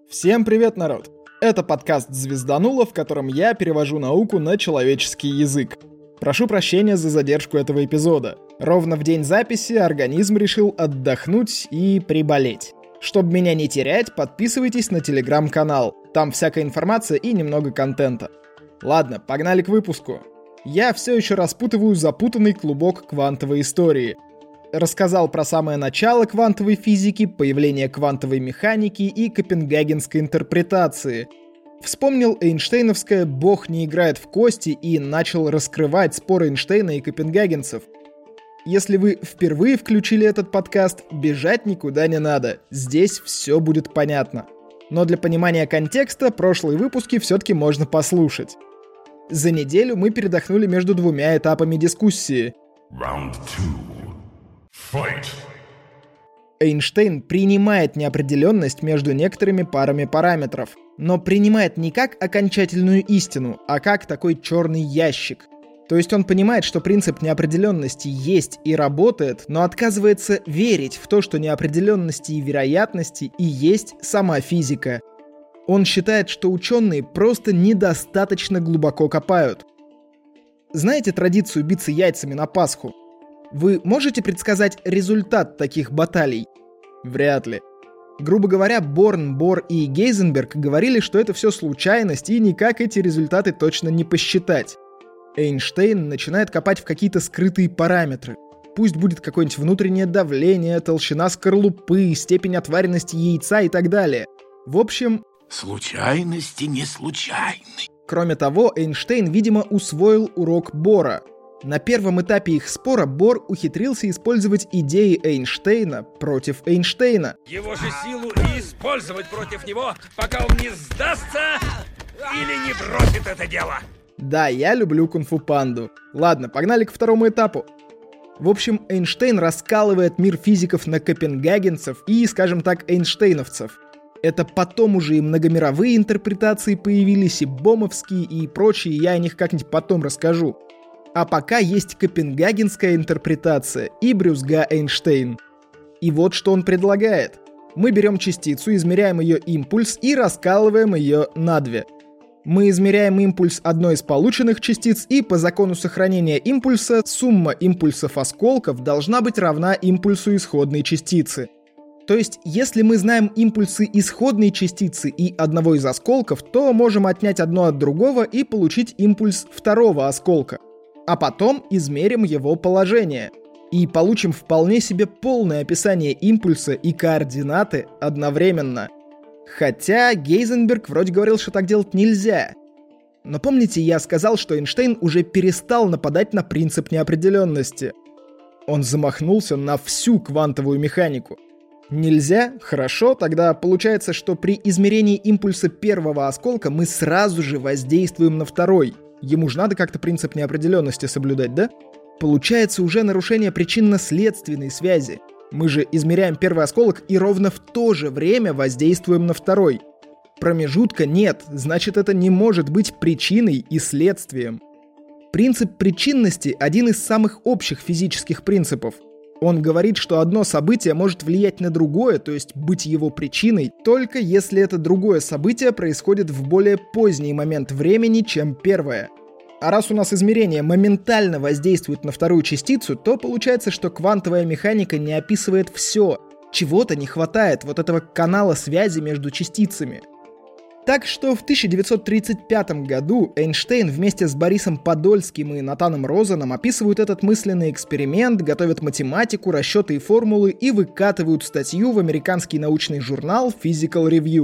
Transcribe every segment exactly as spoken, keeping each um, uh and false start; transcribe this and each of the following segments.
Всем привет, народ! Это подкаст «Звездануло», в котором я перевожу науку на человеческий язык. Прошу прощения за задержку этого эпизода. Ровно в день записи организм решил отдохнуть и приболеть. Чтобы меня не терять, подписывайтесь на телеграм-канал. Там всякая информация и немного контента. Ладно, погнали к выпуску. Я все еще распутываю запутанный клубок квантовой истории. Рассказал про самое начало квантовой физики, появление квантовой механики и копенгагенской интерпретации. Вспомнил эйнштейновское «Бог не играет в кости» и начал раскрывать споры Эйнштейна и копенгагенцев. Если вы впервые включили этот подкаст, бежать никуда не надо, здесь все будет понятно. Но для понимания контекста прошлые выпуски все-таки можно послушать. За неделю мы передохнули между двумя этапами дискуссии. Round two. Fight. Эйнштейн принимает неопределенность между некоторыми парами параметров, но принимает не как окончательную истину, а как такой черный ящик. То есть он понимает, что принцип неопределенности есть и работает, но отказывается верить в то, что неопределенности и вероятности и есть сама физика. Он считает, что ученые просто недостаточно глубоко копают. Знаете традицию биться яйцами на Пасху? Вы можете предсказать результат таких баталий? Вряд ли. Грубо говоря, Борн, Бор и Гейзенберг говорили, что это все случайность и никак эти результаты точно не посчитать. Эйнштейн начинает копать в какие-то скрытые параметры. Пусть будет какое-нибудь внутреннее давление, толщина скорлупы, степень отваренности яйца и так далее. В общем... Случайности не случайны. Кроме того, Эйнштейн, видимо, усвоил урок Бора. На первом этапе их спора Бор ухитрился использовать идеи Эйнштейна против Эйнштейна. Его же силу и использовать против него, пока он не сдастся или не бросит это дело. Да, я люблю кунг-фу панду. Ладно, погнали к второму этапу. В общем, Эйнштейн раскалывает мир физиков на копенгагенцев и, скажем так, эйнштейновцев. Это потом уже и многомировые интерпретации появились, и бомовские, и прочие, я о них как-нибудь потом расскажу. А пока есть копенгагенская интерпретация и брюзга Эйнштейн. И вот что он предлагает. Мы берем частицу, измеряем ее импульс и раскалываем ее на две. Мы измеряем импульс одной из полученных частиц, и по закону сохранения импульса сумма импульсов осколков должна быть равна импульсу исходной частицы. То есть, если мы знаем импульсы исходной частицы и одного из осколков, то можем отнять одно от другого и получить импульс второго осколка. А потом измерим его положение. И получим вполне себе полное описание импульса и координаты одновременно. Хотя Гейзенберг вроде говорил, что так делать нельзя. Но помните, я сказал, что Эйнштейн уже перестал нападать на принцип неопределенности. Он замахнулся на всю квантовую механику. Нельзя? Хорошо, тогда получается, что при измерении импульса первого осколка мы сразу же воздействуем на второй. Ему же надо как-то принцип неопределенности соблюдать, да? Получается уже нарушение причинно-следственной связи. Мы же измеряем первый осколок и ровно в то же время воздействуем на второй. Промежутка нет, значит, это не может быть причиной и следствием. Принцип причинности – один из самых общих физических принципов. Он говорит, что одно событие может влиять на другое, то есть быть его причиной, только если это другое событие происходит в более поздний момент времени, чем первое. А раз у нас измерение моментально воздействует на вторую частицу, то получается, что квантовая механика не описывает все. Чего-то не хватает, вот этого канала связи между частицами. Так что в тысяча девятьсот тридцать пятом году Эйнштейн вместе с Борисом Подольским и Натаном Розеном описывают этот мысленный эксперимент, готовят математику, расчеты и формулы и выкатывают статью в американский научный журнал Physical Review.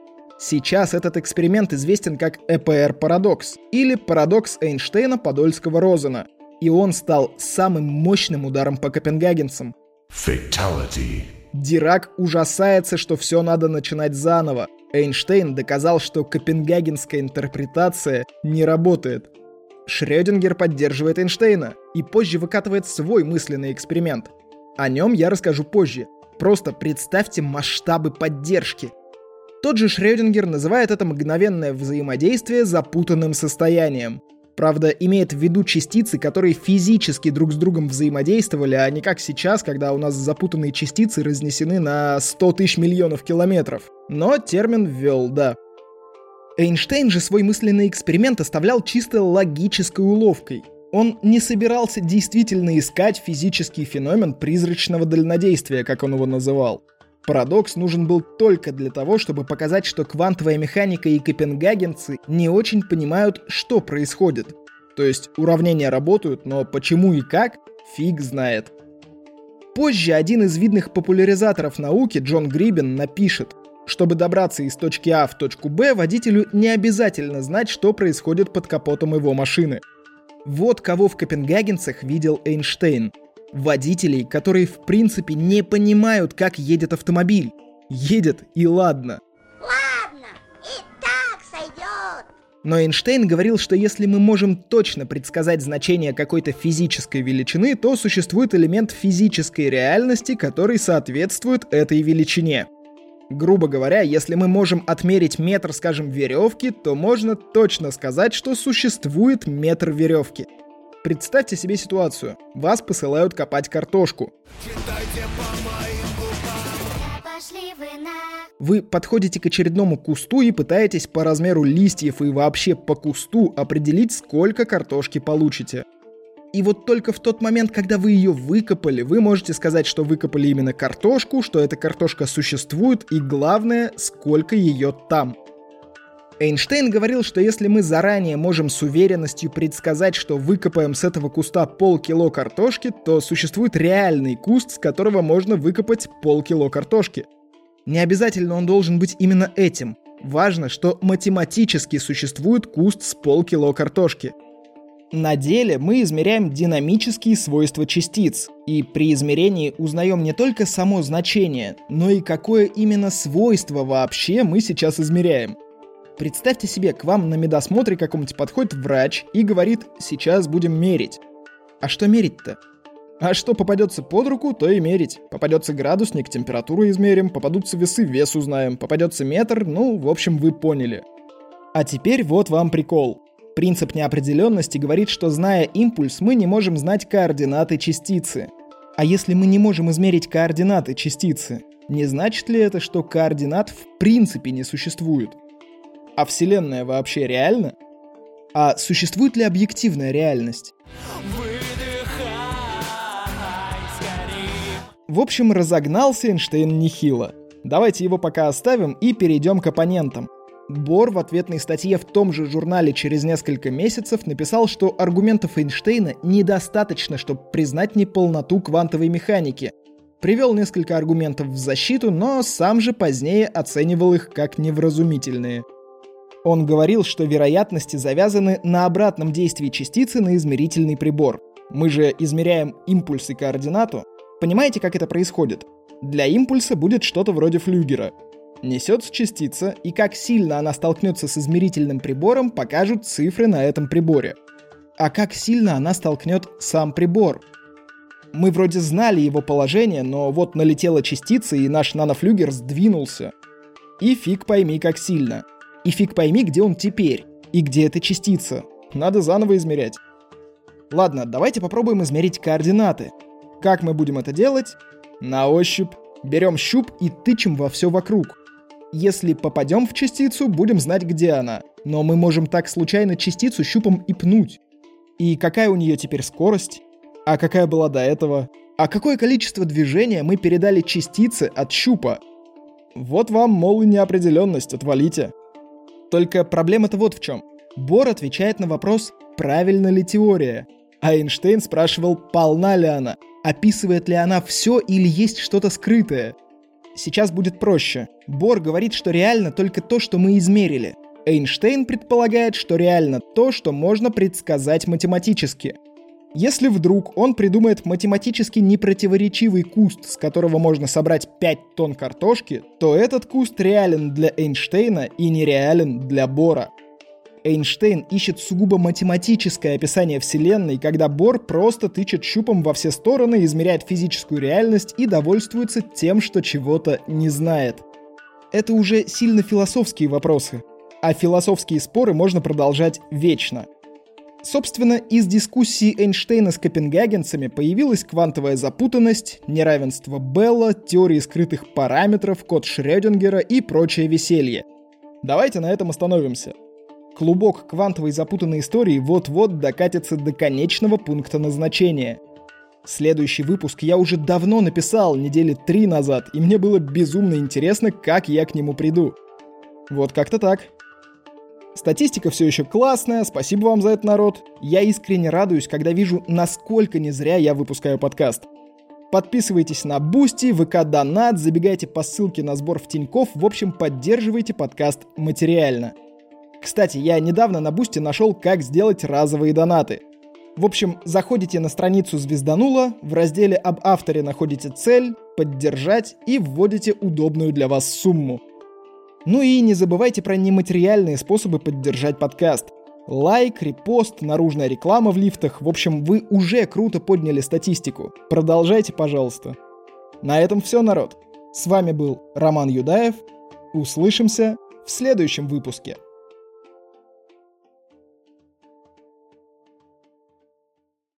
Сейчас этот эксперимент известен как и пи ар-парадокс, или парадокс Эйнштейна-Подольского-Розена, и он стал самым мощным ударом по копенгагенцам. Fatality. Дирак ужасается, что все надо начинать заново. Эйнштейн доказал, что копенгагенская интерпретация не работает. Шрёдингер поддерживает Эйнштейна и позже выкатывает свой мысленный эксперимент. О нем я расскажу позже. Просто представьте масштабы поддержки. Тот же Шрёдингер называет это мгновенное взаимодействие запутанным состоянием. Правда, имеет в виду частицы, которые физически друг с другом взаимодействовали, а не как сейчас, когда у нас запутанные частицы разнесены на сто тысяч миллионов километров. Но термин ввел, да. Эйнштейн же свой мысленный эксперимент оставлял чисто логической уловкой. Он не собирался действительно искать физический феномен призрачного дальнодействия, как он его называл. Парадокс нужен был только для того, чтобы показать, что квантовая механика и копенгагенцы не очень понимают, что происходит. То есть уравнения работают, но почему и как, фиг знает. Позже один из видных популяризаторов науки, Джон Грибен, напишет: чтобы добраться из точки А в точку Б, водителю не обязательно знать, что происходит под капотом его машины. Вот кого в копенгагенцах видел Эйнштейн. Водителей, которые в принципе не понимают, как едет автомобиль. Едет и ладно. Ладно, и так сойдет. Но Эйнштейн говорил, что если мы можем точно предсказать значение какой-то физической величины, то существует элемент физической реальности, который соответствует этой величине. Грубо говоря, если мы можем отмерить метр, скажем, веревки, то можно точно сказать, что существует метр веревки. Представьте себе ситуацию. Вас посылают копать картошку. Вы подходите к очередному кусту и пытаетесь по размеру листьев и вообще по кусту определить, сколько картошки получите. И вот только в тот момент, когда вы ее выкопали, вы можете сказать, что выкопали именно картошку, что эта картошка существует и, главное, сколько ее там. Эйнштейн говорил, что если мы заранее можем с уверенностью предсказать, что выкопаем с этого куста полкило картошки, то существует реальный куст, с которого можно выкопать полкило картошки. Не обязательно он должен быть именно этим. Важно, что математически существует куст с полкило картошки. На деле мы измеряем динамические свойства частиц, и при измерении узнаем не только само значение, но и какое именно свойство вообще мы сейчас измеряем. Представьте себе, к вам на медосмотре каком-нибудь подходит врач и говорит: сейчас будем мерить. А что мерить-то? А что попадется под руку, то и мерить. Попадется градусник, температуру измерим, попадутся весы, вес узнаем, попадется метр, ну, в общем, вы поняли. А теперь вот вам прикол. Принцип неопределенности говорит, что, зная импульс, мы не можем знать координаты частицы. А если мы не можем измерить координаты частицы, не значит ли это, что координат в принципе не существует? А Вселенная вообще реальна? А существует ли объективная реальность? В общем, разогнался Эйнштейн нехило. Давайте его пока оставим и перейдем к оппонентам. Бор в ответной статье в том же журнале через несколько месяцев написал, что аргументов Эйнштейна недостаточно, чтобы признать неполноту квантовой механики. Привел несколько аргументов в защиту, но сам же позднее оценивал их как невразумительные. Он говорил, что вероятности завязаны на обратном действии частицы на измерительный прибор. Мы же измеряем импульс и координату. Понимаете, как это происходит? Для импульса будет что-то вроде флюгера. Несется частица, и как сильно она столкнется с измерительным прибором, покажут цифры на этом приборе. А как сильно она столкнет сам прибор? Мы вроде знали его положение, но вот налетела частица, и наш нанофлюгер сдвинулся. И фиг пойми, как сильно. И фиг пойми, где он теперь. И где эта частица. Надо заново измерять. Ладно, давайте попробуем измерить координаты. Как мы будем это делать? На ощупь. Берем щуп и тычем во все вокруг. Если попадем в частицу, будем знать, где она. Но мы можем так случайно частицу щупом и пнуть. И какая у нее теперь скорость? А какая была до этого? А какое количество движения мы передали частице от щупа? Вот вам, мол, и неопределенность, отвалите. Только проблема-то вот в чем. Бор отвечает на вопрос, правильно ли теория. А Эйнштейн спрашивал, полна ли она, описывает ли она все или есть что-то скрытое. Сейчас будет проще. Бор говорит, что реально только то, что мы измерили. Эйнштейн предполагает, что реально то, что можно предсказать математически. Если вдруг он придумает математически непротиворечивый куст, с которого можно собрать пять тонн картошки, то этот куст реален для Эйнштейна и нереален для Бора. Эйнштейн ищет сугубо математическое описание Вселенной, когда Бор просто тычет щупом во все стороны, измеряет физическую реальность и довольствуется тем, что чего-то не знает. Это уже сильно философские вопросы, а философские споры можно продолжать вечно. Собственно, из дискуссии Эйнштейна с копенгагенцами появилась квантовая запутанность, неравенство Белла, теории скрытых параметров, код Шрёдингера и прочее веселье. Давайте на этом остановимся. Клубок квантовой запутанной истории вот-вот докатится до конечного пункта назначения. Следующий выпуск я уже давно написал, недели три назад, и мне было безумно интересно, как я к нему приду. Вот как-то так. Статистика все еще классная, спасибо вам за это, народ. Я искренне радуюсь, когда вижу, насколько не зря я выпускаю подкаст. Подписывайтесь на Boosty, вэ ка Донат, забегайте по ссылке на сбор в Тинькофф, в общем, поддерживайте подкаст материально. Кстати, я недавно на Boosty нашел, как сделать разовые донаты. В общем, заходите на страницу Звезданула, в разделе об авторе находите цель, поддержать и вводите удобную для вас сумму. Ну и не забывайте про нематериальные способы поддержать подкаст. Лайк, репост, наружная реклама в лифтах. В общем, вы уже круто подняли статистику. Продолжайте, пожалуйста. На этом все, народ. С вами был Роман Юдаев. Услышимся в следующем выпуске.